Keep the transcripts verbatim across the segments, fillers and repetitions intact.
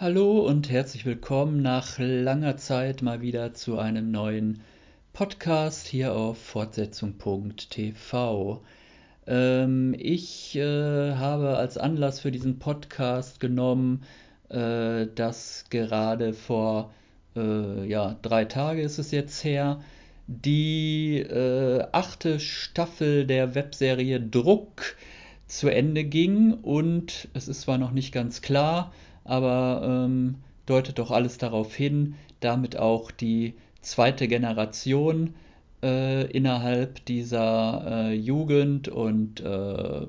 Hallo und herzlich willkommen nach langer Zeit mal wieder zu einem neuen Podcast hier auf Fortsetzung Punkt T V. Ähm, ich äh, habe als Anlass für diesen Podcast genommen, äh, dass gerade vor äh, ja, drei Tage ist es jetzt her, die äh, achte Staffel der Webserie Druck zu Ende ging und es ist zwar noch nicht ganz klar, aber ähm, deutet doch alles darauf hin, damit auch die zweite Generation äh, innerhalb dieser äh, Jugend- und äh,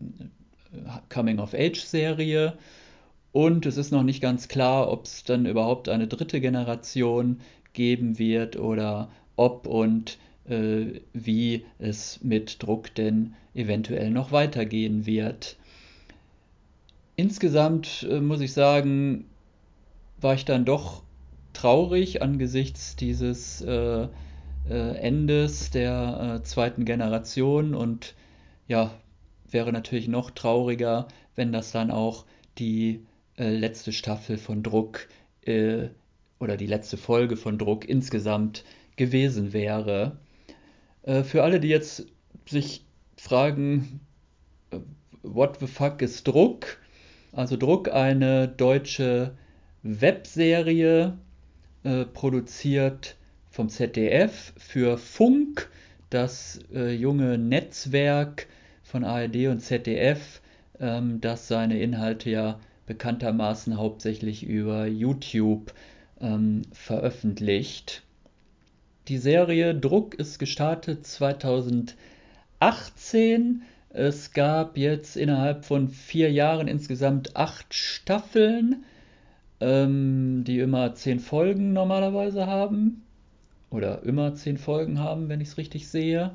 Coming-of-Age-Serie. Und es ist noch nicht ganz klar, ob es dann überhaupt eine dritte Generation geben wird oder ob und äh, wie es mit Druck denn eventuell noch weitergehen wird. Insgesamt äh, muss ich sagen, war ich dann doch traurig angesichts dieses äh, äh, Endes der äh, zweiten Generation und ja, wäre natürlich noch trauriger, wenn das dann auch die äh, letzte Staffel von Druck äh, oder die letzte Folge von Druck insgesamt gewesen wäre. Äh, für alle, die jetzt sich fragen, äh, what the fuck ist Druck? Also Druck, eine deutsche Webserie, äh, produziert vom Z D F für Funk, das äh, junge Netzwerk von A R D und Z D F, ähm, das seine Inhalte ja bekanntermaßen hauptsächlich über YouTube ähm, veröffentlicht. Die Serie Druck ist gestartet zweitausendachtzehn. Es gab jetzt innerhalb von vier Jahren insgesamt acht Staffeln, ähm, die immer zehn Folgen normalerweise haben. Oder immer zehn Folgen haben, wenn ich es richtig sehe.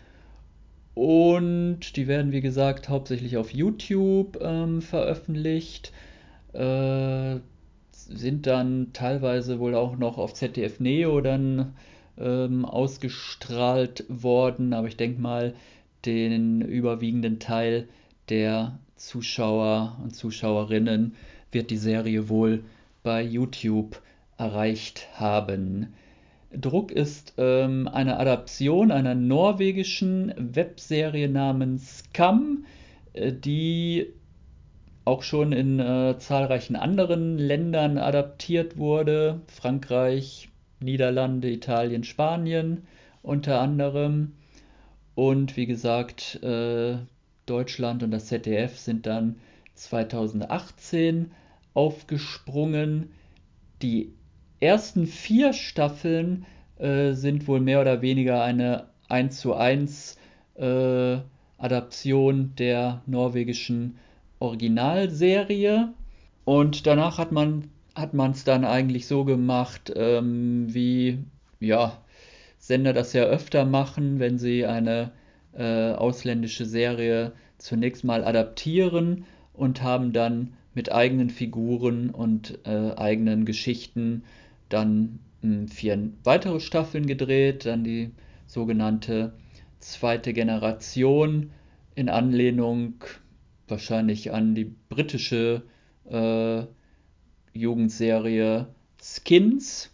Und die werden, wie gesagt, hauptsächlich auf YouTube ähm, veröffentlicht. Äh, Sind dann teilweise wohl auch noch auf Z D F Neo dann ähm, ausgestrahlt worden. Aber ich denke mal, den überwiegenden Teil der Zuschauer und Zuschauerinnen wird die Serie wohl bei YouTube erreicht haben. Druck ist ähm, eine Adaption einer norwegischen Webserie namens Skam, äh, die auch schon in äh, zahlreichen anderen Ländern adaptiert wurde. Frankreich, Niederlande, Italien, Spanien unter anderem. Und wie gesagt, äh, Deutschland und das Z D F sind dann zweitausendachtzehn aufgesprungen. Die ersten vier Staffeln äh, sind wohl mehr oder weniger eine eins zu eins äh, Adaption der norwegischen Originalserie. Und danach hat man hat man es dann eigentlich so gemacht, ähm, wie ja, Sender das ja öfter machen, wenn sie eine äh, ausländische Serie zunächst mal adaptieren und haben dann mit eigenen Figuren und äh, eigenen Geschichten dann mh, vier weitere Staffeln gedreht, dann die sogenannte zweite Generation in Anlehnung wahrscheinlich an die britische äh, Jugendserie Skins,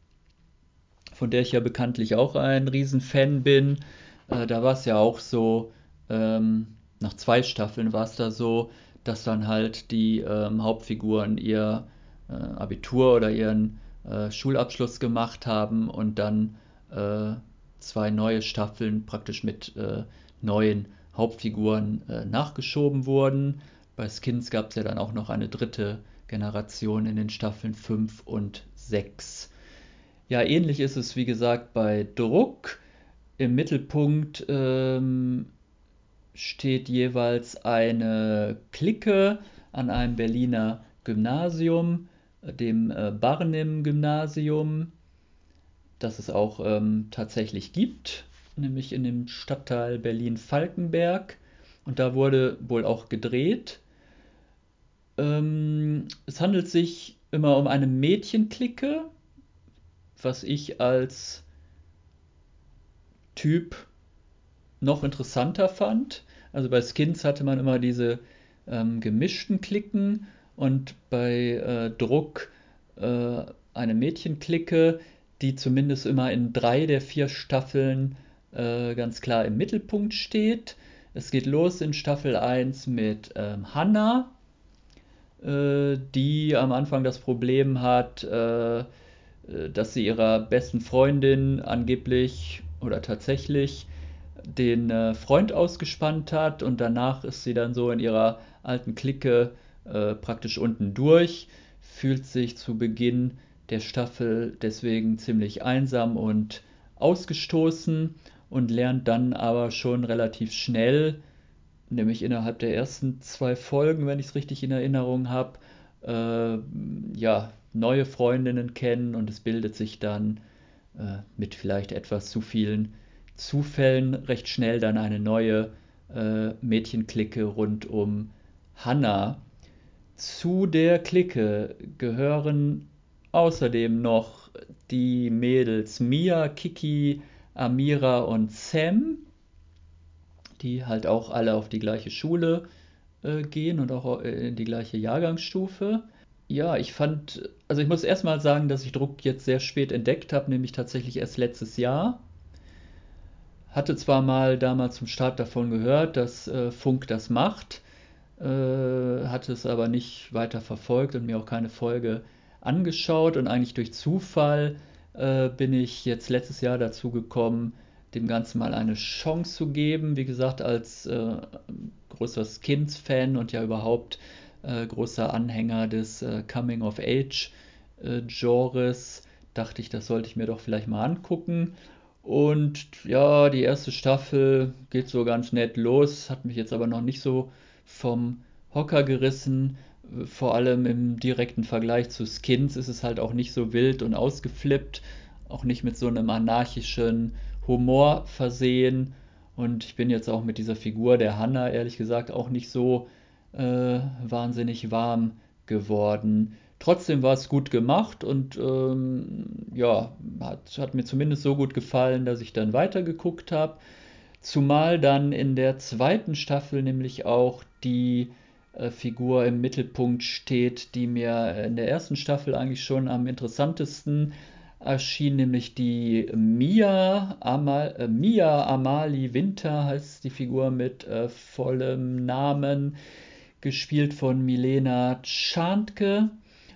von der ich ja bekanntlich auch ein Riesenfan bin. Äh, da war es ja auch so, ähm, nach zwei Staffeln war es da so, dass dann halt die ähm, Hauptfiguren ihr äh, Abitur oder ihren äh, Schulabschluss gemacht haben und dann äh, zwei neue Staffeln praktisch mit äh, neuen Hauptfiguren äh, nachgeschoben wurden. Bei Skins gab es ja dann auch noch eine dritte Generation in den Staffeln fünf und sechs. Ja, ähnlich ist es, wie gesagt, bei Druck. Im Mittelpunkt ähm, steht jeweils eine Clique an einem Berliner Gymnasium, dem äh, Barnim-Gymnasium, das es auch ähm, tatsächlich gibt, nämlich in dem Stadtteil Berlin-Falkenberg. Und da wurde wohl auch gedreht. Ähm, es handelt sich immer um eine Mädchenklicke, was ich als Typ noch interessanter fand. Also bei Skins hatte man immer diese ähm, gemischten Klicken und bei äh, Druck äh, eine Mädchenklicke, die zumindest immer in drei der vier Staffeln äh, ganz klar im Mittelpunkt steht. Es geht los in Staffel eins mit ähm, Hannah, äh, die am Anfang das Problem hat, äh, äh, dass sie ihrer besten Freundin angeblich oder tatsächlich den äh, Freund ausgespannt hat, und danach ist sie dann so in ihrer alten Clique äh, praktisch unten durch, fühlt sich zu Beginn der Staffel deswegen ziemlich einsam und ausgestoßen und lernt dann aber schon relativ schnell, nämlich innerhalb der ersten zwei Folgen, wenn ich es richtig in Erinnerung habe, äh, ja, neue Freundinnen kennen, und es bildet sich dann äh, mit vielleicht etwas zu vielen Zufällen recht schnell dann eine neue äh, Mädchenklicke rund um Hannah. Zu der Clique gehören außerdem noch die Mädels Mia, Kiki, Amira und Sam, die halt auch alle auf die gleiche Schule äh, gehen und auch äh, in die gleiche Jahrgangsstufe. Ja, ich fand, also ich muss erstmal sagen, dass ich Druck jetzt sehr spät entdeckt habe, nämlich tatsächlich erst letztes Jahr. Hatte zwar mal damals zum Start davon gehört, dass äh, Funk das macht, äh, hatte es aber nicht weiter verfolgt und mir auch keine Folge angeschaut, und eigentlich durch Zufall äh, bin ich jetzt letztes Jahr dazu gekommen, dem Ganzen mal eine Chance zu geben. Wie gesagt, als äh, großer Skins-Fan und ja überhaupt äh, großer Anhänger des äh, Coming-of-Age-Genres dachte ich, das sollte ich mir doch vielleicht mal angucken. Und ja, die erste Staffel geht so ganz nett los, hat mich jetzt aber noch nicht so vom Hocker gerissen. Vor allem im direkten Vergleich zu Skins ist es halt auch nicht so wild und ausgeflippt, auch nicht mit so einem anarchischen Humor versehen. Und ich bin jetzt auch mit dieser Figur der Hannah ehrlich gesagt auch nicht so äh, wahnsinnig warm geworden. Trotzdem war es gut gemacht und ähm, ja, hat, hat mir zumindest so gut gefallen, dass ich dann weitergeguckt habe. Zumal dann in der zweiten Staffel nämlich auch die äh, Figur im Mittelpunkt steht, die mir in der ersten Staffel eigentlich schon am interessantesten erschien, nämlich die Mia, Amal, äh, Mia Amali Winter heißt die Figur mit äh, vollem Namen, gespielt von Milena Tschantke.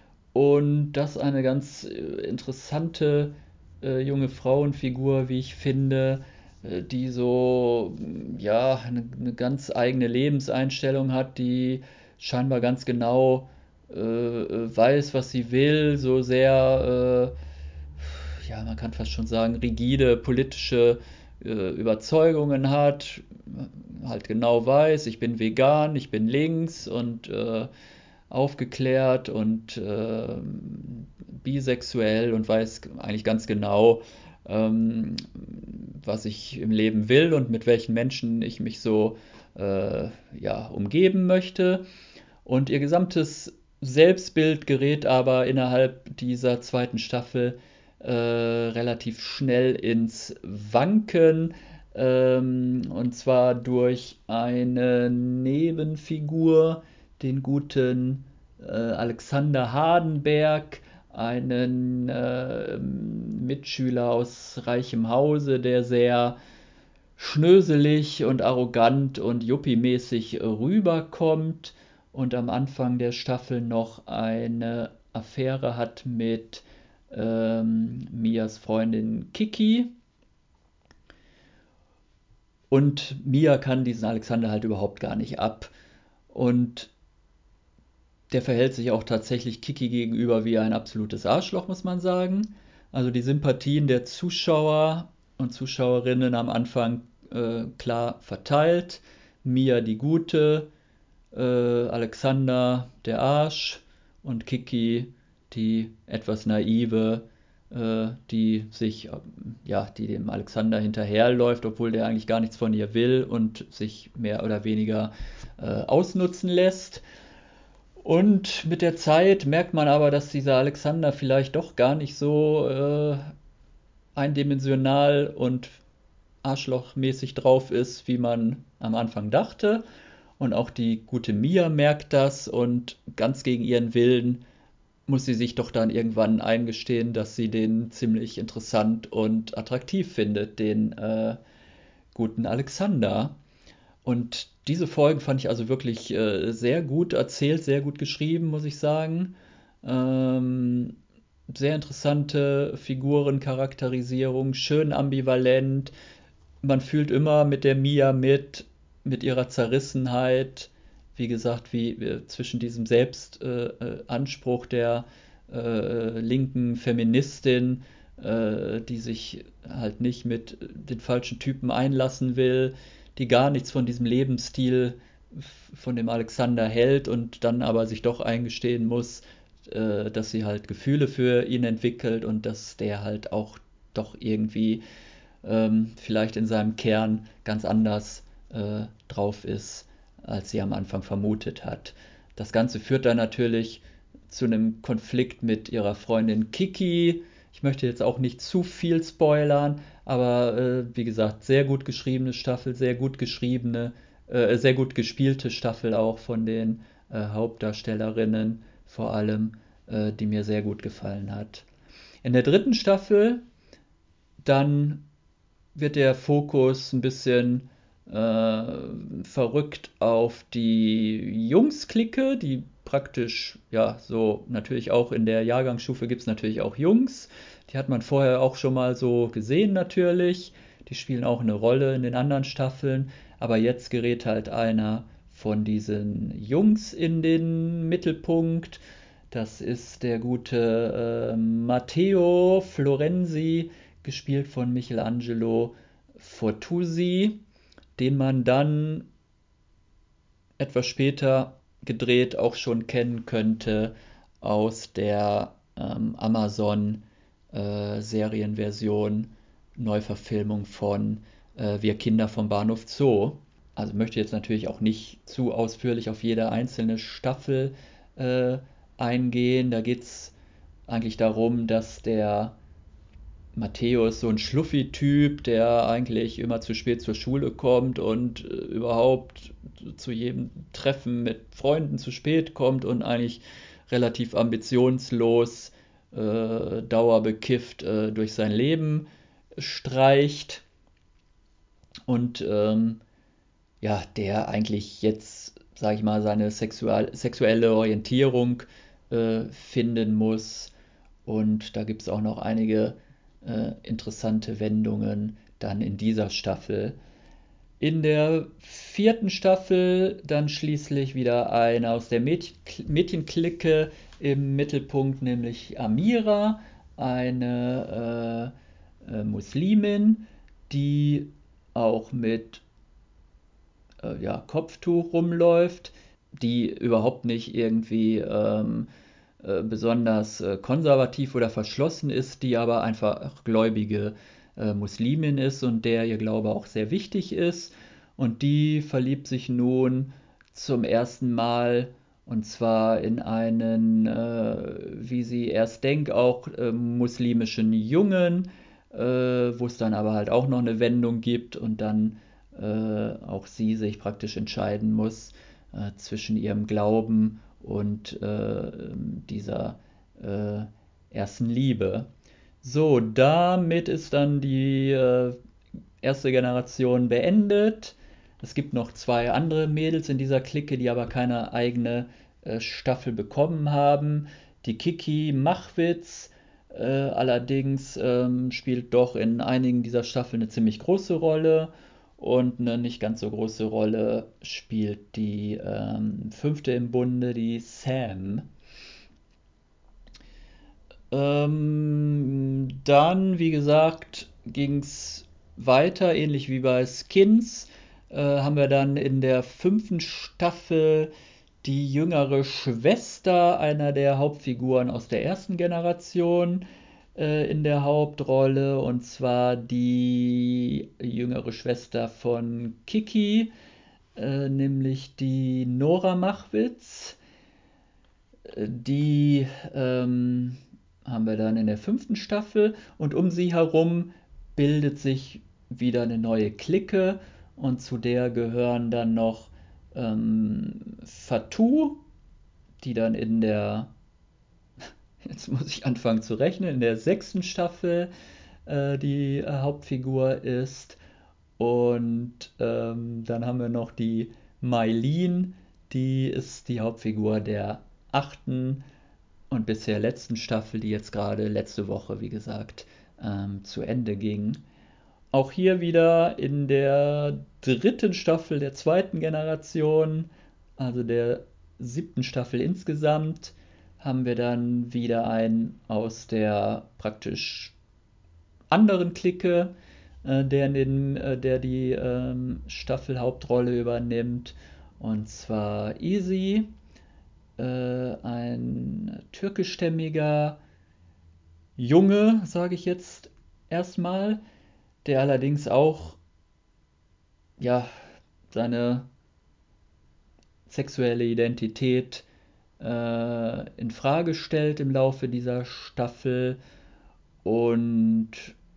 Und das ist eine ganz äh, interessante äh, junge Frauenfigur, wie ich finde, äh, die so, ja, eine, eine ganz eigene Lebenseinstellung hat, die scheinbar ganz genau äh, weiß, was sie will, so sehr, äh, ja, man kann fast schon sagen, rigide politische äh, Überzeugungen hat, halt genau weiß, ich bin vegan, ich bin links und äh, aufgeklärt und äh, bisexuell und weiß eigentlich ganz genau, ähm, was ich im Leben will und mit welchen Menschen ich mich so äh, ja, umgeben möchte. Und ihr gesamtes Selbstbild gerät aber innerhalb dieser zweiten Staffel äh, relativ schnell ins Wanken. Ähm, und zwar durch eine Nebenfigur, den guten äh, Alexander Hardenberg, einen äh, Mitschüler aus reichem Hause, der sehr schnöselig und arrogant und yuppie-mäßig rüberkommt und am Anfang der Staffel noch eine Affäre hat mit ähm, Mias Freundin Kiki. Und Mia kann diesen Alexander halt überhaupt gar nicht ab. Und der verhält sich auch tatsächlich Kiki gegenüber wie ein absolutes Arschloch, muss man sagen. Also die Sympathien der Zuschauer und Zuschauerinnen am Anfang äh, klar verteilt. Mia die Gute, äh, Alexander der Arsch und Kiki die etwas naive, äh, die sich, äh, ja, die dem Alexander hinterherläuft, obwohl der eigentlich gar nichts von ihr will und sich mehr oder weniger äh, ausnutzen lässt. Und mit der Zeit merkt man aber, dass dieser Alexander vielleicht doch gar nicht so äh, eindimensional und arschlochmäßig drauf ist, wie man am Anfang dachte. und auch die gute Mia merkt das und ganz gegen ihren Willen muss sie sich doch dann irgendwann eingestehen, dass sie den ziemlich interessant und attraktiv findet, den äh, guten Alexander. Und diese Folgen fand ich also wirklich äh, sehr gut erzählt, sehr gut geschrieben, muss ich sagen. Ähm, Sehr interessante Figuren, Charakterisierung, schön ambivalent. Man fühlt immer mit der Mia mit, mit ihrer Zerrissenheit, wie gesagt, wie äh, zwischen diesem Selbstanspruch äh, äh, der äh, linken Feministin, äh, die sich halt nicht mit den falschen Typen einlassen will, die gar nichts von diesem Lebensstil von dem Alexander hält und dann aber sich doch eingestehen muss, äh, dass sie halt Gefühle für ihn entwickelt und dass der halt auch doch irgendwie ähm, vielleicht in seinem Kern ganz anders äh, drauf ist, als sie am Anfang vermutet hat. Das Ganze führt dann natürlich zu einem Konflikt mit ihrer Freundin Kiki. Ich möchte jetzt auch nicht zu viel spoilern, aber äh, wie gesagt, sehr gut geschriebene Staffel, sehr gut geschriebene, äh, sehr gut gespielte Staffel auch von den äh, Hauptdarstellerinnen vor allem, äh, die mir sehr gut gefallen hat. In der dritten Staffel dann wird der Fokus ein bisschen äh, verrückt auf die Jungs-Clique, die praktisch, ja, so natürlich auch in der Jahrgangsstufe gibt es natürlich auch Jungs. Die hat man vorher auch schon mal so gesehen natürlich. Die spielen auch eine Rolle in den anderen Staffeln. Aber jetzt gerät halt einer von diesen Jungs in den Mittelpunkt. Das ist der gute äh, Matteo Florenzi, gespielt von Michelangelo Fortusi, den man dann etwas später gedreht auch schon kennen könnte aus der ähm, Amazon-Serienversion, äh, Neuverfilmung von äh, Wir Kinder vom Bahnhof Zoo. Also möchte jetzt natürlich auch nicht zu ausführlich auf jede einzelne Staffel äh, eingehen. Da geht es eigentlich darum, dass der Matteo ist so ein Schluffi-Typ, der eigentlich immer zu spät zur Schule kommt und äh, überhaupt zu jedem Treffen mit Freunden zu spät kommt und eigentlich relativ ambitionslos, äh, dauerbekifft äh, durch sein Leben streicht. Und ähm, ja, der eigentlich jetzt, sage ich mal, seine sexual sexuelle Orientierung äh, finden muss. Und da gibt es auch noch einige äh, interessante Wendungen dann in dieser Staffel. In der vierten Staffel dann schließlich wieder eine aus der Mädchen Mädchenklicke im Mittelpunkt, nämlich Amira, eine äh, äh, Muslimin, die auch mit äh, ja, Kopftuch rumläuft, die überhaupt nicht irgendwie ähm, äh, besonders äh, konservativ oder verschlossen ist, die aber einfach gläubige äh, Muslimin ist und der ihr Glaube auch sehr wichtig ist. Und die verliebt sich nun zum ersten Mal und zwar in einen, äh, wie sie erst denkt, auch äh, muslimischen Jungen, äh, wo es dann aber halt auch noch eine Wendung gibt und dann äh, auch sie sich praktisch entscheiden muss äh, zwischen ihrem Glauben und äh, dieser äh, ersten Liebe. So, damit ist dann die äh, erste Generation beendet. Es gibt noch zwei andere Mädels in dieser Clique, die aber keine eigene äh, Staffel bekommen haben. Die Kiki Machwitz äh, allerdings ähm, spielt doch in einigen dieser Staffeln eine ziemlich große Rolle. Und eine nicht ganz so große Rolle spielt die ähm, fünfte im Bunde, die Sam. Ähm, dann, wie gesagt, ging es weiter, ähnlich wie bei Skins. Äh, haben wir dann in der fünften Staffel die jüngere Schwester einer der Hauptfiguren aus der ersten Generation äh, in der Hauptrolle, und zwar die jüngere Schwester von Kiki, äh, nämlich die Nora Machwitz. Die ähm, haben wir dann in der fünften Staffel und um sie herum bildet sich wieder eine neue Clique und zu der gehören dann noch ähm, Fatou, die dann in der, jetzt muss ich anfangen zu rechnen, in der sechsten Staffel äh, die äh, Hauptfigur ist. Und ähm, dann haben wir noch die Mailin, die ist die Hauptfigur der achten und bisher letzten Staffel, die jetzt gerade letzte Woche, wie gesagt, ähm, zu Ende ging. Auch hier wieder in der dritten Staffel der zweiten Generation, also der siebten Staffel insgesamt, haben wir dann wieder einen aus der praktisch anderen Clique, äh, der, in den, äh, der die ähm, Staffelhauptrolle übernimmt. Und zwar Easy, äh, ein türkischstämmiger Junge, sage ich jetzt erstmal, der allerdings auch ja, seine sexuelle Identität äh, in Frage stellt im Laufe dieser Staffel und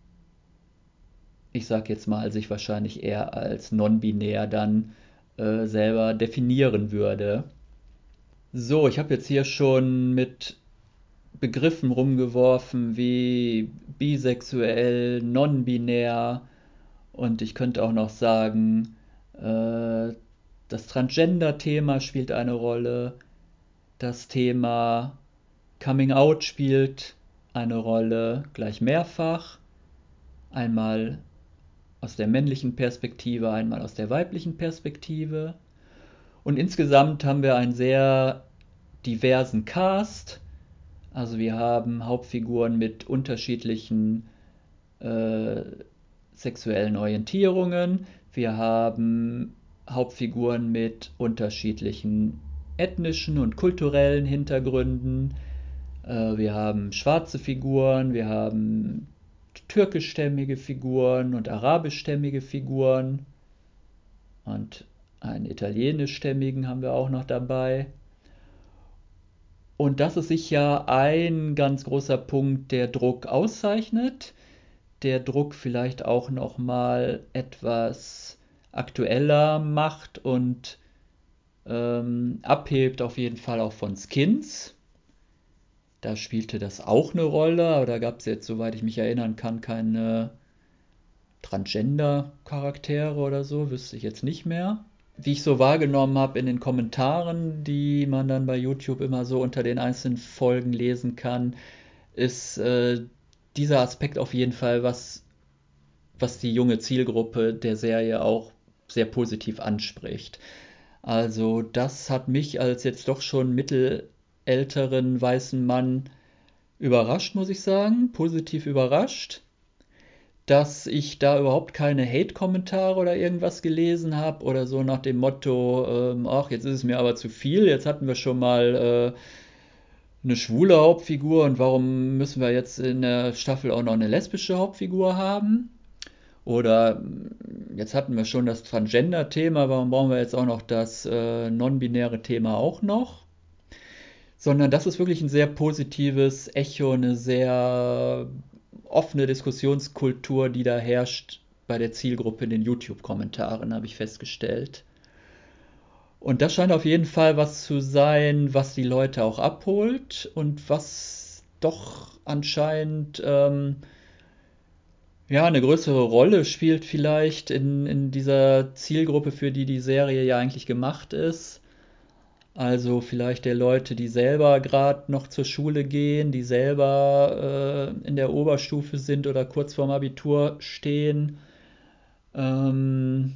ich sag jetzt mal, sich wahrscheinlich eher als non-binär dann äh, selber definieren würde. So, ich habe jetzt hier schon mit Begriffen rumgeworfen wie bisexuell, non-binär und ich könnte auch noch sagen, äh, das Transgender-Thema spielt eine Rolle, das Thema Coming Out spielt eine Rolle, gleich mehrfach. Einmal aus der männlichen Perspektive, einmal aus der weiblichen Perspektive. Und insgesamt haben wir einen sehr diversen Cast. Also wir haben Hauptfiguren mit unterschiedlichen äh, sexuellen Orientierungen. Wir haben Hauptfiguren mit unterschiedlichen ethnischen und kulturellen Hintergründen. Äh, wir haben schwarze Figuren, wir haben türkischstämmige Figuren und arabischstämmige Figuren und einen italienischstämmigen haben wir auch noch dabei. Und das ist sicher ein ganz großer Punkt, der Druck auszeichnet, der Druck vielleicht auch noch mal etwas aktueller macht und ähm, abhebt auf jeden Fall auch von Skins. Da spielte das auch eine Rolle, aber da gab es jetzt, soweit ich mich erinnern kann, keine Transgender-Charaktere oder so, wüsste ich jetzt nicht mehr. Wie ich so wahrgenommen habe in den Kommentaren, die man dann bei YouTube immer so unter den einzelnen Folgen lesen kann, ist äh, dieser Aspekt auf jeden Fall was, was die junge Zielgruppe der Serie auch sehr positiv anspricht. Also das hat mich als jetzt doch schon mittelälteren weißen Mann überrascht, muss ich sagen, positiv überrascht, dass ich da überhaupt keine Hate-Kommentare oder irgendwas gelesen habe oder so nach dem Motto, ähm, ach, jetzt ist es mir aber zu viel, jetzt hatten wir schon mal äh, eine schwule Hauptfigur und warum müssen wir jetzt in der Staffel auch noch eine lesbische Hauptfigur haben? Oder mm, jetzt hatten wir schon das Transgender-Thema, warum brauchen wir jetzt auch noch das äh, non-binäre Thema auch noch? Sondern das ist wirklich ein sehr positives Echo, eine sehr offene Diskussionskultur, die da herrscht bei der Zielgruppe in den YouTube-Kommentaren, habe ich festgestellt. Und das scheint auf jeden Fall was zu sein, was die Leute auch abholt und was doch anscheinend ähm, ja eine größere Rolle spielt vielleicht in, in dieser Zielgruppe, für die die Serie ja eigentlich gemacht ist. Also vielleicht der Leute, die selber gerade noch zur Schule gehen, die selber äh, in der Oberstufe sind oder kurz vorm Abitur stehen. Ähm,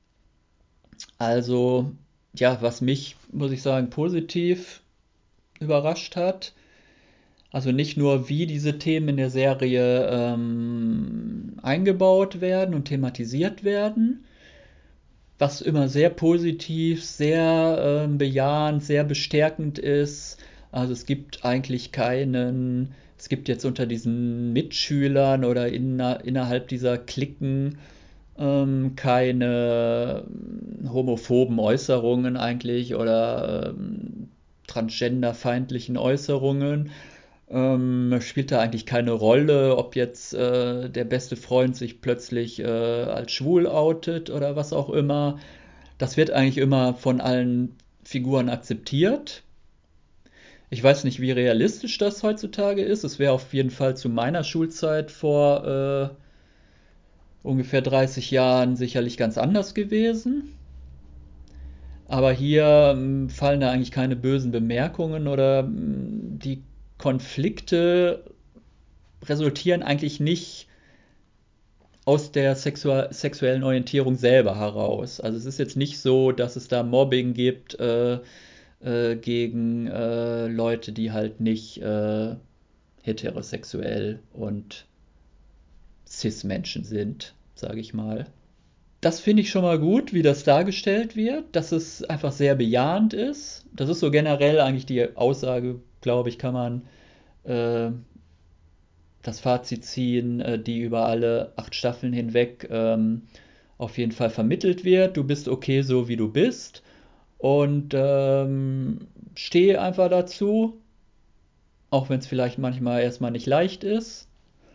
also ja, was mich, muss ich sagen, positiv überrascht hat. Also nicht nur, wie diese Themen in der Serie ähm, eingebaut werden und thematisiert werden, was immer sehr positiv, sehr ähm, bejahend, sehr bestärkend ist. Also es gibt eigentlich keinen, es gibt jetzt unter diesen Mitschülern oder inner, innerhalb dieser Cliquen ähm, keine ähm, homophoben Äußerungen eigentlich oder ähm, transgenderfeindlichen Äußerungen. Ähm, spielt da eigentlich keine Rolle, ob jetzt äh, der beste Freund sich plötzlich äh, als schwul outet oder was auch immer. Das wird eigentlich immer von allen Figuren akzeptiert. Ich weiß nicht, wie realistisch das heutzutage ist. Es wäre auf jeden Fall zu meiner Schulzeit vor äh, ungefähr dreißig Jahren sicherlich ganz anders gewesen. Aber hier ähm, fallen da eigentlich keine bösen Bemerkungen oder ähm, die Konflikte resultieren eigentlich nicht aus der sexua sexuellen Orientierung selber heraus. Also es ist jetzt nicht so, dass es da Mobbing gibt äh, äh, gegen äh, Leute, die halt nicht äh, heterosexuell und Cis-Menschen sind, sage ich mal. Das finde ich schon mal gut, wie das dargestellt wird, dass es einfach sehr bejahend ist. Das ist so generell eigentlich die Aussage, glaube ich, kann man äh, das Fazit ziehen, äh, die über alle acht Staffeln hinweg ähm, auf jeden Fall vermittelt wird. Du bist okay so, wie du bist und ähm, stehe einfach dazu, auch wenn es vielleicht manchmal erstmal nicht leicht ist.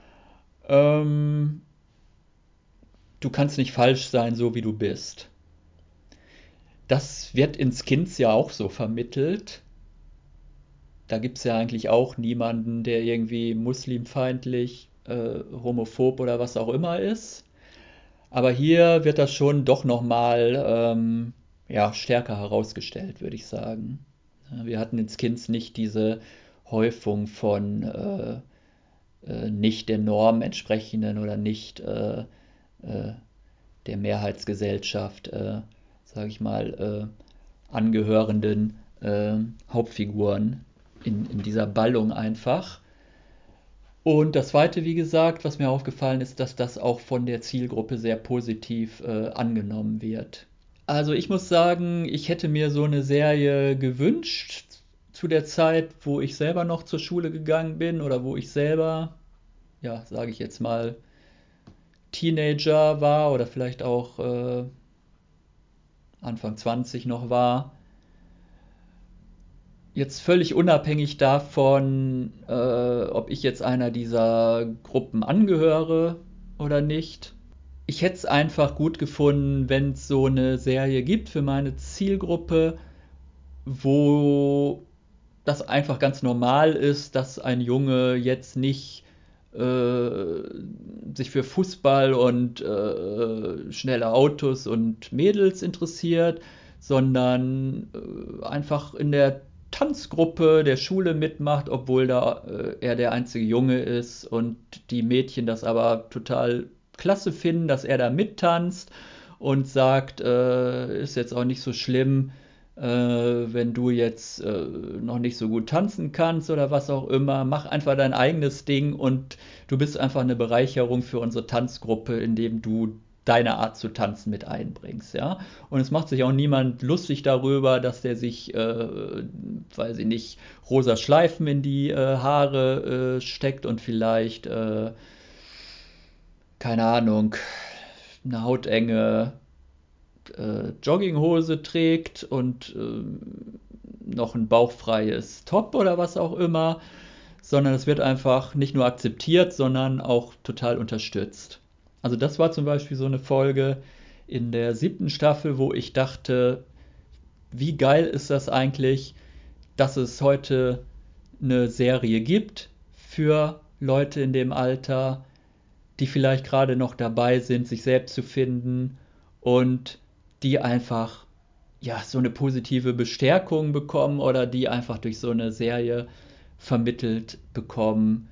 Ähm, Du kannst nicht falsch sein, so wie du bist. Das wird in Skins ja auch so vermittelt. Da gibt es ja eigentlich auch niemanden, der irgendwie muslimfeindlich, äh, homophob oder was auch immer ist. Aber hier wird das schon doch nochmal ähm, ja, stärker herausgestellt, würde ich sagen. Ja, wir hatten in Skins nicht diese Häufung von äh, äh, nicht der Norm entsprechenden oder nicht äh, äh, der Mehrheitsgesellschaft, äh, sage ich mal, äh, angehörenden äh, Hauptfiguren in, in dieser Ballung einfach. Und das Zweite, wie gesagt, was mir aufgefallen ist, dass das auch von der Zielgruppe sehr positiv äh, angenommen wird. Also ich muss sagen, ich hätte mir so eine Serie gewünscht zu der Zeit, wo ich selber noch zur Schule gegangen bin oder wo ich selber, ja, sage ich jetzt mal, Teenager war oder vielleicht auch äh, Anfang zwanzig noch war. Jetzt völlig unabhängig davon, äh, ob ich jetzt einer dieser Gruppen angehöre oder nicht. Ich hätte es einfach gut gefunden, wenn es so eine Serie gibt für meine Zielgruppe, wo das einfach ganz normal ist, dass ein Junge jetzt nicht äh, sich für Fußball und äh, schnelle Autos und Mädels interessiert, sondern äh, einfach in der Tanzgruppe der Schule mitmacht, obwohl da äh, er der einzige Junge ist und die Mädchen das aber total klasse finden, dass er da mittanzt und sagt, äh, ist jetzt auch nicht so schlimm, äh, wenn du jetzt äh, noch nicht so gut tanzen kannst oder was auch immer, mach einfach dein eigenes Ding und du bist einfach eine Bereicherung für unsere Tanzgruppe, indem du deine Art zu tanzen mit einbringst, ja. Und es macht sich auch niemand lustig darüber, dass der sich, äh, weiß ich nicht, rosa Schleifen in die äh, Haare äh, steckt und vielleicht, äh, keine Ahnung, eine hautenge äh, Jogginghose trägt und äh, noch ein bauchfreies Top oder was auch immer, sondern es wird einfach nicht nur akzeptiert, sondern auch total unterstützt. Also das war zum Beispiel so eine Folge in der siebten Staffel, wo ich dachte, wie geil ist das eigentlich, dass es heute eine Serie gibt für Leute in dem Alter, die vielleicht gerade noch dabei sind, sich selbst zu finden und die einfach ja so eine positive Bestärkung bekommen oder die einfach durch so eine Serie vermittelt bekommen.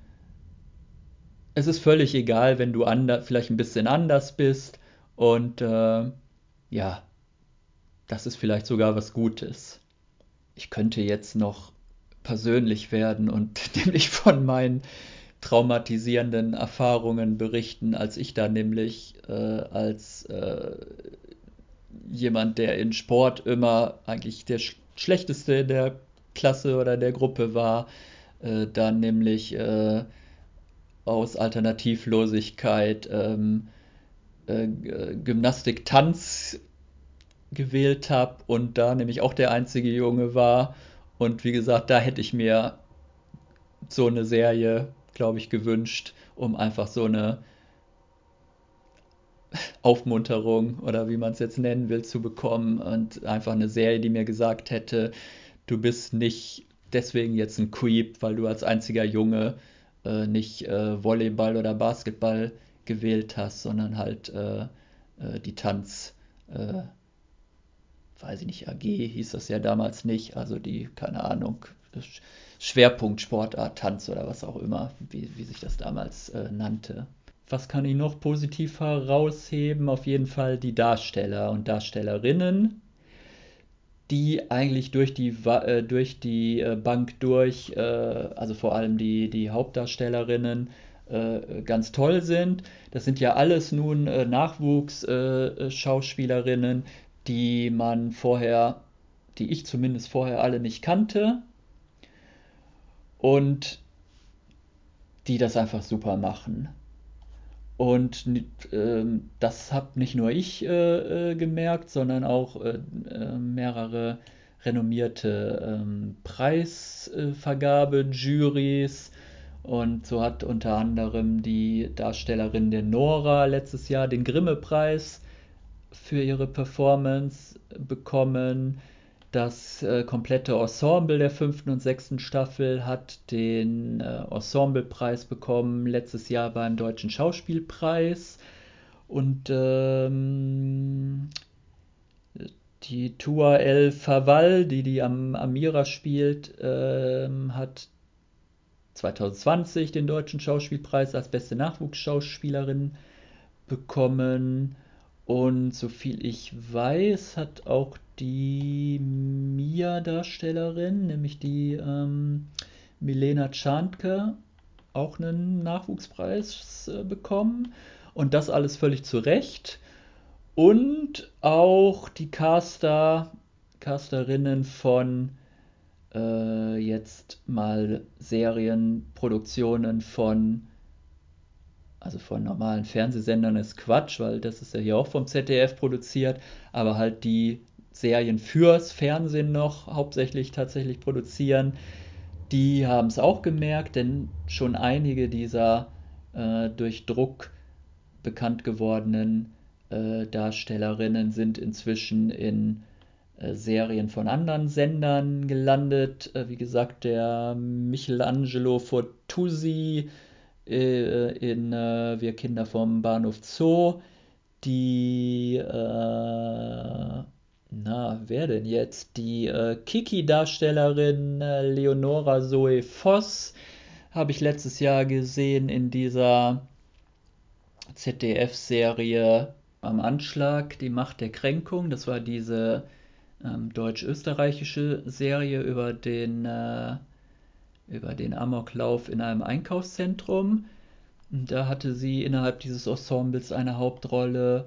Es ist völlig egal, wenn du ander, vielleicht ein bisschen anders bist und äh, ja, das ist vielleicht sogar was Gutes. Ich könnte jetzt noch persönlich werden und nämlich von meinen traumatisierenden Erfahrungen berichten, als ich da nämlich äh, als äh, jemand, der in Sport immer eigentlich der sch schlechteste in der Klasse oder der Gruppe war, äh, dann nämlich äh, aus Alternativlosigkeit ähm, äh, Gymnastik, Tanz gewählt habe und da nämlich auch der einzige Junge war. Und wie gesagt, da hätte ich mir so eine Serie, glaube ich, gewünscht, um einfach so eine Aufmunterung oder wie man es jetzt nennen will, zu bekommen und einfach eine Serie, die mir gesagt hätte, du bist nicht deswegen jetzt ein Creep, weil du als einziger Junge äh, nicht äh, Volleyball oder Basketball gewählt hast, sondern halt äh, äh, die Tanz, äh, weiß ich nicht, A G hieß das ja damals nicht, also die, keine Ahnung, Schwerpunktsportart, Tanz oder was auch immer, wie, wie sich das damals äh, nannte. Was kann ich noch positiv herausheben? Auf jeden Fall die Darsteller und Darstellerinnen, die eigentlich durch die, äh, durch die äh, Bank durch, äh, also vor allem die, die Hauptdarstellerinnen, äh, ganz toll sind. Das sind ja alles nun äh, Nachwuchsschauspielerinnen, die man vorher, die ich zumindest vorher alle nicht kannte und die das einfach super machen. Und ähm, das habe nicht nur ich äh, äh, gemerkt, sondern auch äh, äh, mehrere renommierte ähm, Preisvergabe-Jurys. Und so hat unter anderem die Darstellerin der Nora letztes Jahr den Grimme-Preis für ihre Performance bekommen. Das äh, komplette Ensemble der fünften und sechsten Staffel hat den äh, Ensemblepreis bekommen, letztes Jahr beim Deutschen Schauspielpreis. Und ähm, die Tua El Fawal, die die am Amira spielt, ähm, hat zwanzig zwanzig den Deutschen Schauspielpreis als beste Nachwuchsschauspielerin bekommen. Und soviel ich weiß, hat auch die Mia-Darstellerin, nämlich die ähm, Milena Tschantke, auch einen Nachwuchspreis äh, bekommen. Und das alles völlig zu Recht. Und auch die Caster, Casterinnen von äh, jetzt mal Serienproduktionen von, also von normalen Fernsehsendern ist Quatsch, weil das ist ja hier auch vom Z D F produziert, aber halt die Serien fürs Fernsehen noch hauptsächlich tatsächlich produzieren, die haben es auch gemerkt, denn schon einige dieser äh, durch Druck bekannt gewordenen äh, Darstellerinnen sind inzwischen in äh, Serien von anderen Sendern gelandet. Äh, wie gesagt, der Michelangelo Fortusi äh, in äh, Wir Kinder vom Bahnhof Zoo. Die, äh, na, wer denn jetzt? Die äh, Kiki-Darstellerin äh, Leonora Zoe Voss habe ich letztes Jahr gesehen in dieser Z D F-Serie Am Anschlag, die Macht der Kränkung. Das war diese ähm, deutsch-österreichische Serie über den, äh, über den Amoklauf in einem Einkaufszentrum. Da hatte sie innerhalb dieses Ensembles eine Hauptrolle.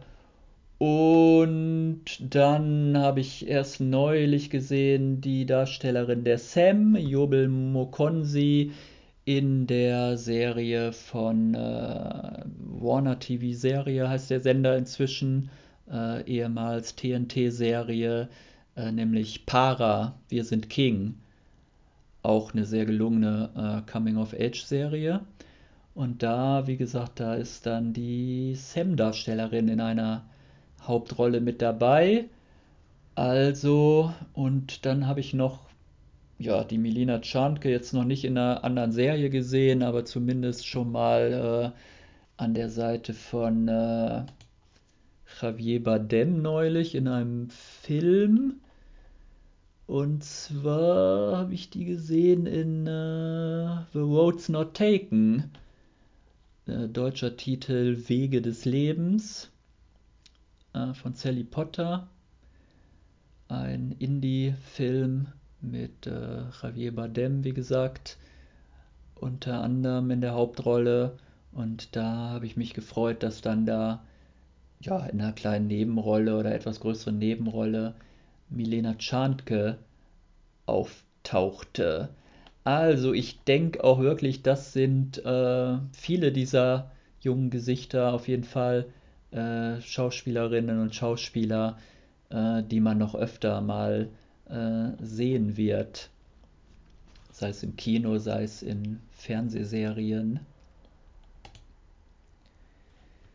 Und dann habe ich erst neulich gesehen die Darstellerin der Sam, Jobel Mokonzi, in der Serie von äh, Warner T V-Serie heißt der Sender inzwischen, äh, ehemals T N T-Serie, äh, nämlich Para, Wir sind King. Auch eine sehr gelungene äh, Coming-of-Age-Serie. Und da, wie gesagt, da ist dann die Sam-Darstellerin in einer Hauptrolle mit dabei. Also, und dann habe ich noch, ja, die Milena Tschantke jetzt noch nicht in einer anderen Serie gesehen, aber zumindest schon mal äh, an der Seite von äh, Javier Bardem neulich in einem Film. Und zwar habe ich die gesehen in äh, The Road's Not Taken. Äh, deutscher Titel Wege des Lebens äh, von Sally Potter. Ein Indie-Film mit äh, Javier Bardem, wie gesagt, unter anderem in der Hauptrolle. Und da habe ich mich gefreut, dass dann da ja in einer kleinen Nebenrolle oder etwas größeren Nebenrolle Milena Tschantke auftauchte. Also ich denke auch wirklich, das sind äh, viele dieser jungen Gesichter auf jeden Fall äh, Schauspielerinnen und Schauspieler, äh, die man noch öfter mal äh, sehen wird. Sei es im Kino, sei es in Fernsehserien.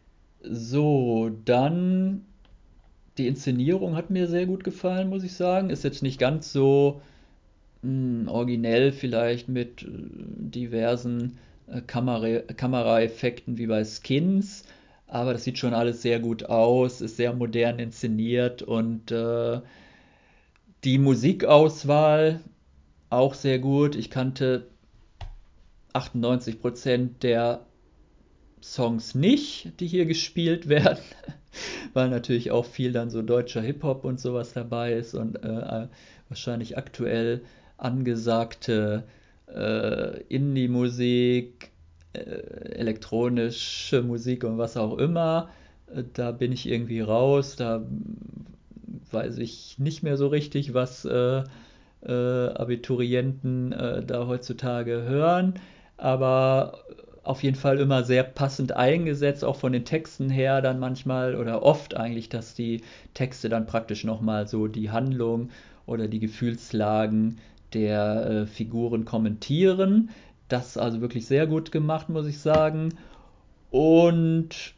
So, dann die Inszenierung hat mir sehr gut gefallen, muss ich sagen. Ist jetzt nicht ganz so mh, originell vielleicht mit äh, diversen äh, Kamera Kameraeffekten wie bei Skins, aber das sieht schon alles sehr gut aus, ist sehr modern inszeniert und äh, die Musikauswahl auch sehr gut. Ich kannte achtundneunzig Prozent der Songs nicht, die hier gespielt werden, weil natürlich auch viel dann so deutscher Hip-Hop und sowas dabei ist und äh, wahrscheinlich aktuell angesagte äh, Indie-Musik, äh, elektronische Musik und was auch immer. Äh, da bin ich irgendwie raus, da weiß ich nicht mehr so richtig, was äh, äh, Abiturienten äh, da heutzutage hören, aber auf jeden Fall immer sehr passend eingesetzt, auch von den Texten her dann manchmal oder oft eigentlich, dass die Texte dann praktisch nochmal so die Handlung oder die Gefühlslagen der äh, Figuren kommentieren. Das also wirklich sehr gut gemacht, muss ich sagen. Und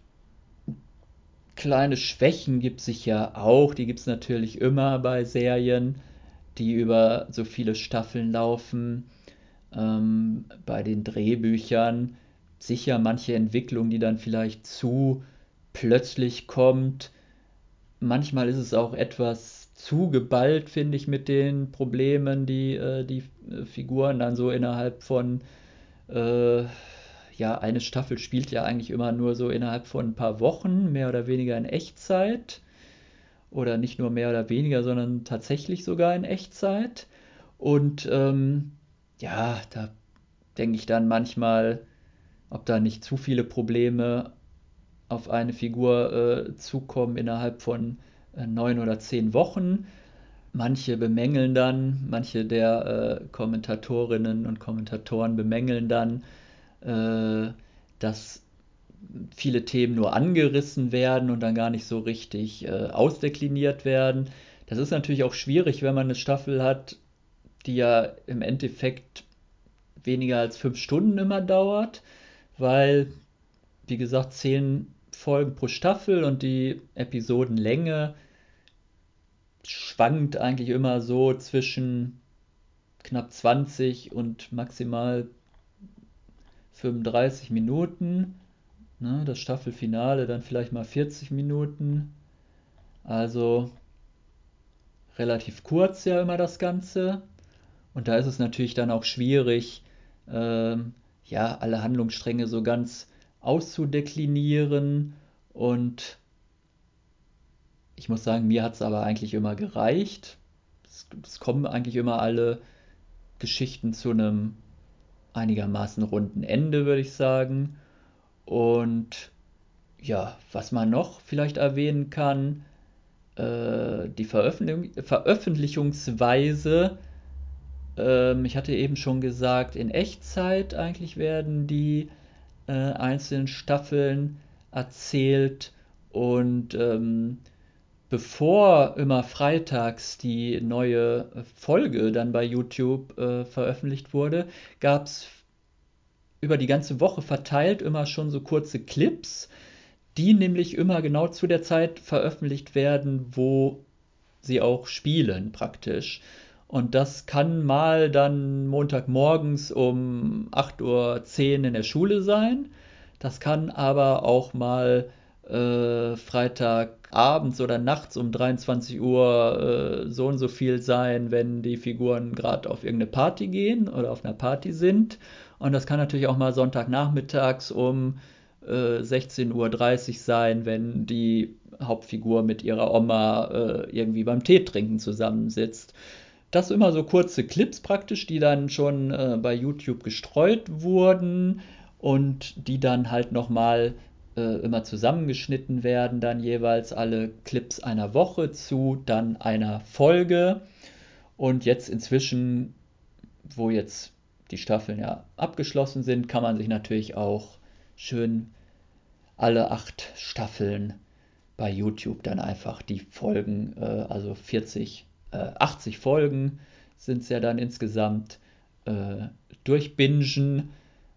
kleine Schwächen gibt es sicher auch, die gibt es natürlich immer bei Serien, die über so viele Staffeln laufen. Ähm, bei den Drehbüchern sicher manche Entwicklung, die dann vielleicht zu plötzlich kommt. Manchmal ist es auch etwas zu geballt, finde ich, mit den Problemen, die äh, die äh, Figuren dann so innerhalb von, äh, ja, eine Staffel spielt ja eigentlich immer nur so innerhalb von ein paar Wochen, mehr oder weniger in Echtzeit. Oder nicht nur mehr oder weniger, sondern tatsächlich sogar in Echtzeit. Und ähm, ja, da denke ich dann manchmal, ob da nicht zu viele Probleme auf eine Figur äh, zukommen innerhalb von äh, neun oder zehn Wochen. Manche bemängeln dann, manche der äh, Kommentatorinnen und Kommentatoren bemängeln dann, äh, dass viele Themen nur angerissen werden und dann gar nicht so richtig äh, ausdekliniert werden. Das ist natürlich auch schwierig, wenn man eine Staffel hat, die ja im Endeffekt weniger als fünf Stunden immer dauert, weil, wie gesagt, zehn Folgen pro Staffel und die Episodenlänge schwankt eigentlich immer so zwischen knapp zwanzig und maximal fünfunddreißig Minuten. Ne, das Staffelfinale dann vielleicht mal vierzig Minuten. Also relativ kurz ja immer das Ganze. Und da ist es natürlich dann auch schwierig, ähm, ja, alle Handlungsstränge so ganz auszudeklinieren. Und ich muss sagen, mir hat es aber eigentlich immer gereicht. Es, es kommen eigentlich immer alle Geschichten zu einem einigermaßen runden Ende, würde ich sagen. Und ja, was man noch vielleicht erwähnen kann, äh, die Veröffentlich Veröffentlichungsweise. Ähm, ich hatte eben schon gesagt, in Echtzeit eigentlich werden die äh, einzelnen Staffeln erzählt und ähm, bevor immer freitags die neue Folge dann bei YouTube äh, veröffentlicht wurde, gab es über die ganze Woche verteilt immer schon so kurze Clips, die nämlich immer genau zu der Zeit veröffentlicht werden, wo sie auch spielen praktisch. Und das kann mal dann Montagmorgens um acht Uhr zehn in der Schule sein. Das kann aber auch mal äh, Freitagabends oder nachts um dreiundzwanzig Uhr äh, so und so viel sein, wenn die Figuren gerade auf irgendeine Party gehen oder auf einer Party sind. Und das kann natürlich auch mal Sonntagnachmittags um äh, sechzehn Uhr dreißig sein, wenn die Hauptfigur mit ihrer Oma äh, irgendwie beim Tee trinken zusammensitzt. Das immer so kurze Clips praktisch, die dann schon äh, bei YouTube gestreut wurden und die dann halt nochmal äh, immer zusammengeschnitten werden, dann jeweils alle Clips einer Woche zu dann einer Folge. Und jetzt inzwischen, wo jetzt die Staffeln ja abgeschlossen sind, kann man sich natürlich auch schön alle acht Staffeln bei YouTube dann einfach die Folgen, äh, also vierzig, äh, achtzig Folgen sind es ja dann insgesamt, äh, durchbingen.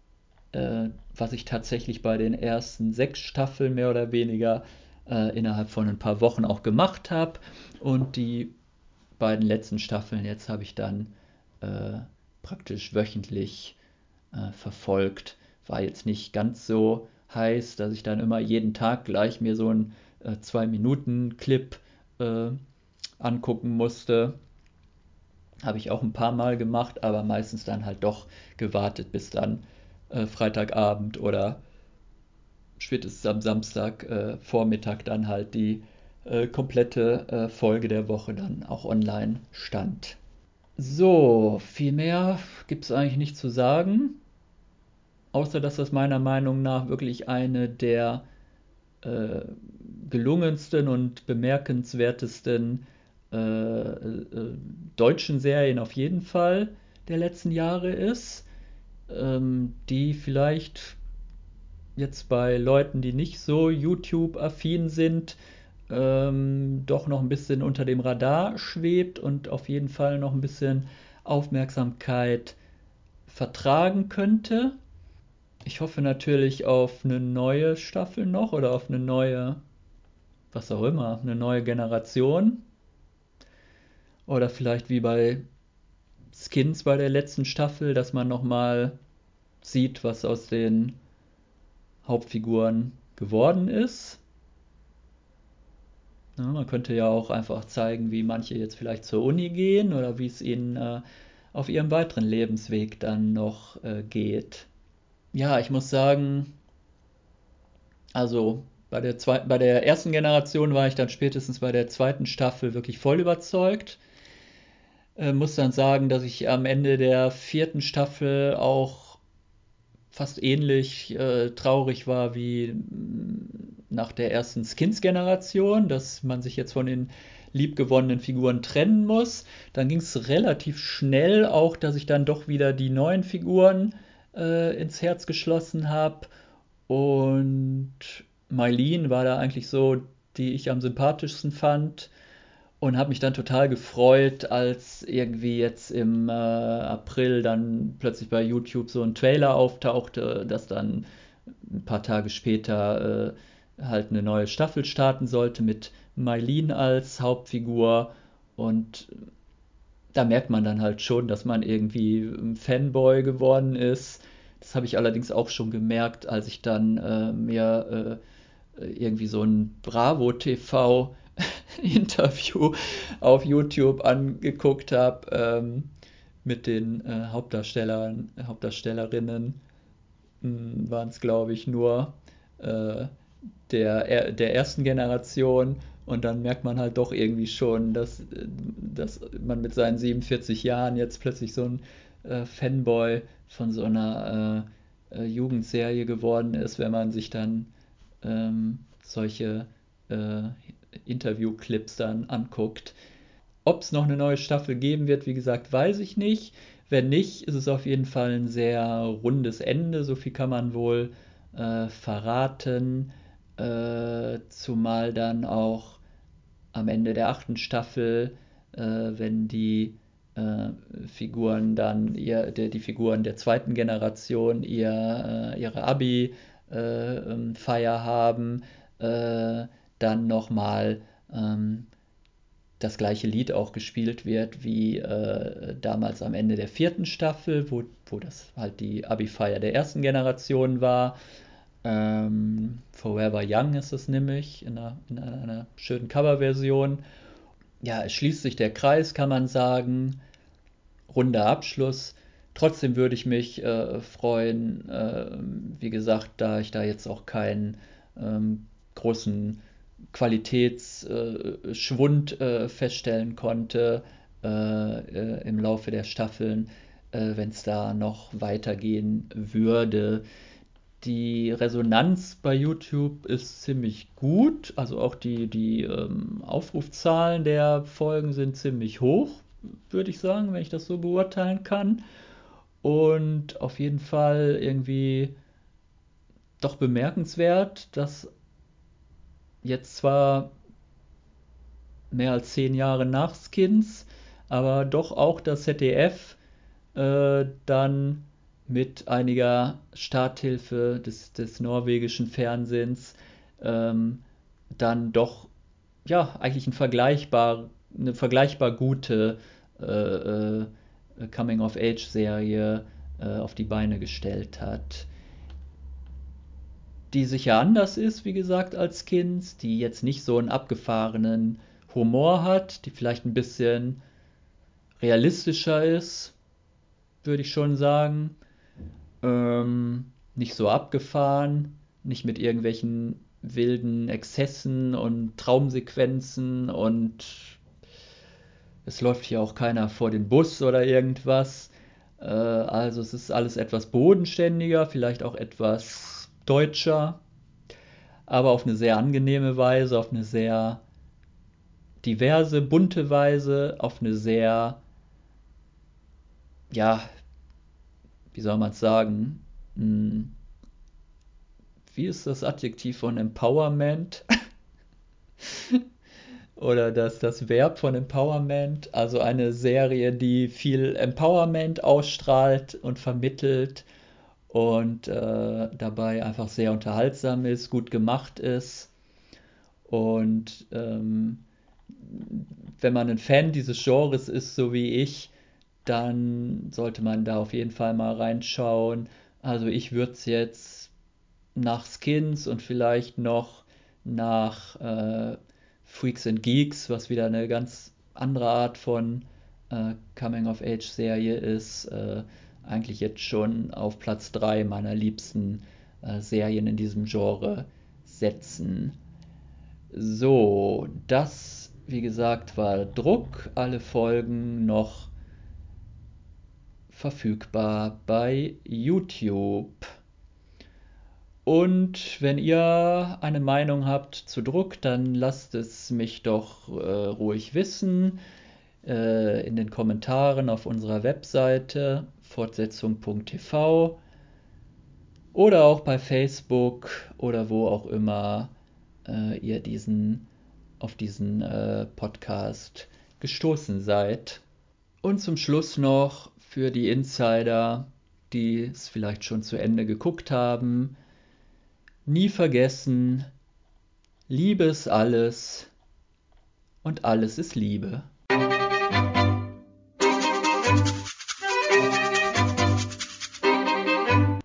äh, was ich tatsächlich bei den ersten sechs Staffeln mehr oder weniger äh, innerhalb von ein paar Wochen auch gemacht habe. Und die beiden letzten Staffeln jetzt habe ich dann äh, praktisch wöchentlich äh, verfolgt. War jetzt nicht ganz so heiß, dass ich dann immer jeden Tag gleich mir so einen äh, zwei-Minuten-Clip äh, angucken musste. Habe ich auch ein paar Mal gemacht, aber meistens dann halt doch gewartet, bis dann äh, Freitagabend oder spätestens am Samstag äh, Vormittag dann halt die äh, komplette äh, Folge der Woche dann auch online stand. So, viel mehr gibt es eigentlich nicht zu sagen, außer dass das meiner Meinung nach wirklich eine der äh, gelungensten und bemerkenswertesten äh, äh, deutschen Serien auf jeden Fall der letzten Jahre ist, ähm, die vielleicht jetzt bei Leuten, die nicht so YouTube-affin sind, ähm, doch noch ein bisschen unter dem Radar schwebt und auf jeden Fall noch ein bisschen Aufmerksamkeit vertragen könnte. Ich hoffe natürlich auf eine neue Staffel noch oder auf eine neue, was auch immer, eine neue Generation. Oder vielleicht wie bei Skins bei der letzten Staffel, dass man nochmal sieht, was aus den Hauptfiguren geworden ist. Ja, man könnte ja auch einfach zeigen, wie manche jetzt vielleicht zur Uni gehen oder wie es ihnen äh, auf ihrem weiteren Lebensweg dann noch äh, geht. Ja, ich muss sagen, also bei der, zwei, bei der ersten Generation war ich dann spätestens bei der zweiten Staffel wirklich voll überzeugt. Äh, muss dann sagen, dass ich am Ende der vierten Staffel auch fast ähnlich äh, traurig war wie mh, nach der ersten Skins-Generation, dass man sich jetzt von den liebgewonnenen Figuren trennen muss. Dann ging es relativ schnell auch, dass ich dann doch wieder die neuen Figuren äh, ins Herz geschlossen habe. Und Mylene war da eigentlich so, die ich am sympathischsten fand. Und habe mich dann total gefreut, als irgendwie jetzt im äh, April dann plötzlich bei YouTube so ein Trailer auftauchte, dass dann ein paar Tage später äh, halt eine neue Staffel starten sollte mit Mylene als Hauptfigur. Und da merkt man dann halt schon, dass man irgendwie ein Fanboy geworden ist. Das habe ich allerdings auch schon gemerkt, als ich dann äh, mir äh, irgendwie so ein Bravo T V Interview auf YouTube angeguckt habe ähm, mit den äh, Hauptdarstellern, Hauptdarstellerinnen, waren es glaube ich nur äh, der, der ersten Generation, und dann merkt man halt doch irgendwie schon, dass, dass man mit seinen siebenundvierzig Jahren jetzt plötzlich so ein äh, Fanboy von so einer äh, äh, Jugendserie geworden ist, wenn man sich dann ähm, solche äh, Interviewclips dann anguckt. Ob es noch eine neue Staffel geben wird, wie gesagt, weiß ich nicht. Wenn nicht, ist es auf jeden Fall ein sehr rundes Ende. So viel kann man wohl äh, verraten. Äh, zumal dann auch am Ende der achten Staffel, äh, wenn die äh, Figuren dann, ihr, der, die Figuren der zweiten Generation ihr, äh, ihre Abi-Feier äh, haben, äh, dann nochmal ähm, das gleiche Lied auch gespielt wird wie äh, damals am Ende der vierten Staffel, wo, wo das halt die Abi-Feier der ersten Generation war. Ähm, Forever Young ist es nämlich, in einer, in einer, einer schönen Coverversion. Ja, es schließt sich der Kreis, kann man sagen. Runder Abschluss. Trotzdem würde ich mich äh, freuen, äh, wie gesagt, da ich da jetzt auch keinen ähm, großen Qualitätsschwund äh, äh, feststellen konnte äh, äh, im Laufe der Staffeln, äh, wenn es da noch weitergehen würde. Die Resonanz bei YouTube ist ziemlich gut, also auch die, die ähm, Aufrufzahlen der Folgen sind ziemlich hoch, würde ich sagen, wenn ich das so beurteilen kann. Und auf jeden Fall irgendwie doch bemerkenswert, dass jetzt zwar mehr als zehn Jahre nach Skins, aber doch auch das Z D F äh, dann mit einiger Starthilfe des, des norwegischen Fernsehens ähm, dann doch ja eigentlich ein vergleichbar, eine vergleichbar gute äh, äh, Coming-of-Age-Serie äh, auf die Beine gestellt hat, die sicher anders ist, wie gesagt, als Kind, die jetzt nicht so einen abgefahrenen Humor hat, die vielleicht ein bisschen realistischer ist, würde ich schon sagen. Ähm, nicht so abgefahren, nicht mit irgendwelchen wilden Exzessen und Traumsequenzen und es läuft hier auch keiner vor den Bus oder irgendwas. Äh, also es ist alles etwas bodenständiger, vielleicht auch etwas deutscher, aber auf eine sehr angenehme Weise, auf eine sehr diverse, bunte Weise, auf eine sehr, ja, wie soll man es sagen, hm, wie ist das Adjektiv von Empowerment? Oder das, das Verb von Empowerment, also eine Serie, die viel Empowerment ausstrahlt und vermittelt und äh, dabei einfach sehr unterhaltsam ist, gut gemacht ist. Und ähm, wenn man ein Fan dieses Genres ist, so wie ich, dann sollte man da auf jeden Fall mal reinschauen. Also ich würde es jetzt nach Skins und vielleicht noch nach äh, Freaks and Geeks, was wieder eine ganz andere Art von äh, Coming-of-Age-Serie ist, äh, eigentlich jetzt schon auf Platz drei meiner liebsten äh, Serien in diesem Genre setzen. So, das, wie gesagt, war Druck. Alle Folgen noch verfügbar bei YouTube. Und wenn ihr eine Meinung habt zu Druck, dann lasst es mich doch äh, ruhig wissen äh, in den Kommentaren auf unserer Webseite fortsetzung punkt t v oder auch bei Facebook oder wo auch immer äh, ihr diesen auf diesen äh, Podcast gestoßen seid. Und zum Schluss noch für die Insider, die es vielleicht schon zu Ende geguckt haben: Nie vergessen, Liebe ist alles und alles ist Liebe.